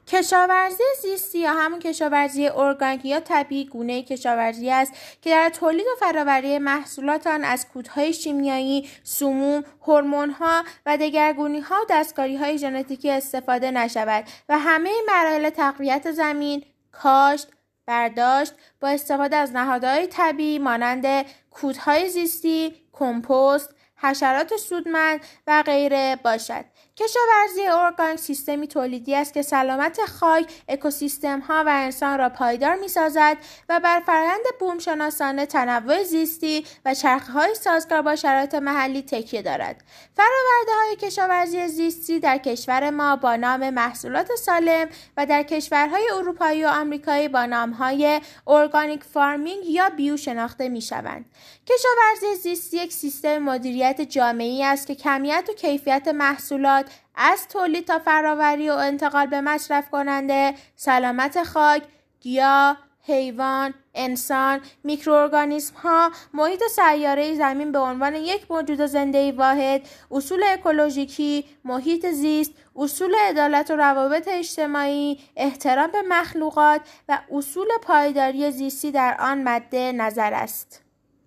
کشاورزی زیستی یا همون کشاورزی ارگانیک یا طبیعی گونه کشاورزی است که در تولید و فراوری محصولات آن از کودهای شیمیایی، سموم، هورمون‌ها و دگرگونی‌ها و دستکاری‌های ژنتیکی استفاده نشود و همه مراحل تقویت زمین، کاشت، برداشت با استفاده از نهادهای طبیعی مانند کودهای زیستی، کمپوست، حشرات سودمند و غیره باشد. کشاورزی ارگانیک سیستمی تولیدی است که سلامت خاک، اکوسیستم‌ها و انسان را پایدار می‌سازد و بر فرآیند بوم‌شناسانه، تنوع زیستی و چرخه‌های سازگار با شرایط محلی تکیه دارد. فرآورده‌های کشاورزی زیستی در کشور ما با نام محصولات سالم و در کشورهای اروپایی و آمریکایی با نام‌های ارگانیک فارمینگ یا بیو شناخته می‌شوند. کشاورزی زیستی یک سیستم مدیریت جامعی است که کمیت و کیفیت محصولات از تولید تا فراوری و انتقال به مصرف کننده، سلامت خاک، گیاه، حیوان، انسان، میکروارگانیسم‌ها، محیط سیاره زمین به عنوان یک موجود زنده واحد، اصول اکولوژیکی، محیط زیست، اصول عدالت و روابط اجتماعی، احترام به مخلوقات و اصول پایداری زیستی در آن مد نظر است.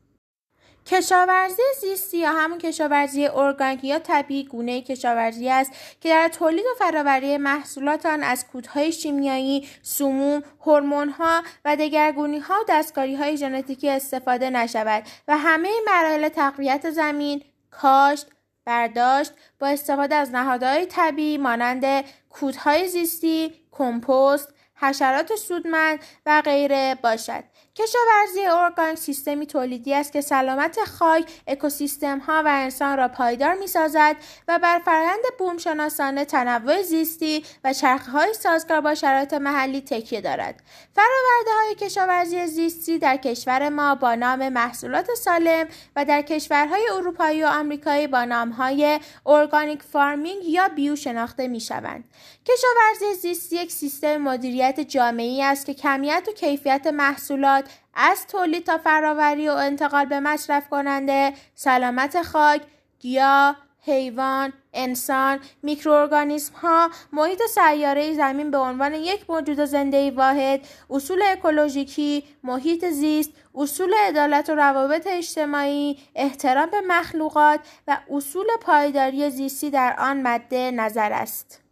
کشاورزی زیستی یا همون کشاورزی ارگانیک یا طبیعی گونه کشاورزی است که در تولید و فراوری محصولات آن از کودهای شیمیایی، سموم، هورمون‌ها و دگرگونی‌ها و دستکاری‌های ژنتیکی استفاده نشود و همه مراحل تقویت زمین، کاشت، برداشت با استفاده از نهادهای طبیعی مانند کودهای زیستی، کمپوست، حشرات سودمند و غیره باشد. کشاورزی ارگانیک سیستمی تولیدی است که سلامت خاک، اکوسیستم‌ها و انسان را پایدار می‌سازد و بر فرآیند بوم‌شناسانه، تنوع زیستی و چرخه‌های سازگار با شرایط محلی تکیه دارد. فرآورده‌های کشاورزی زیستی در کشور ما با نام محصولات سالم و در کشورهای اروپایی و آمریکایی با نام‌های ارگانیک فارمینگ یا بیو شناخته می‌شوند. کشاورزی زیستی یک سیستم مدیریت جامعی است که کمیت و کیفیت محصولات از تولید تا فراوری و انتقال به مصرف کننده، سلامت خاک، گیاه، حیوان، انسان، میکروارگانیسم‌ها، محیط سیاره زمین به عنوان یک موجود زنده واحد، اصول اکولوژیکی، محیط زیست، اصول عدالت و روابط اجتماعی، احترام به مخلوقات و اصول پایداری زیستی در آن مد نظر است.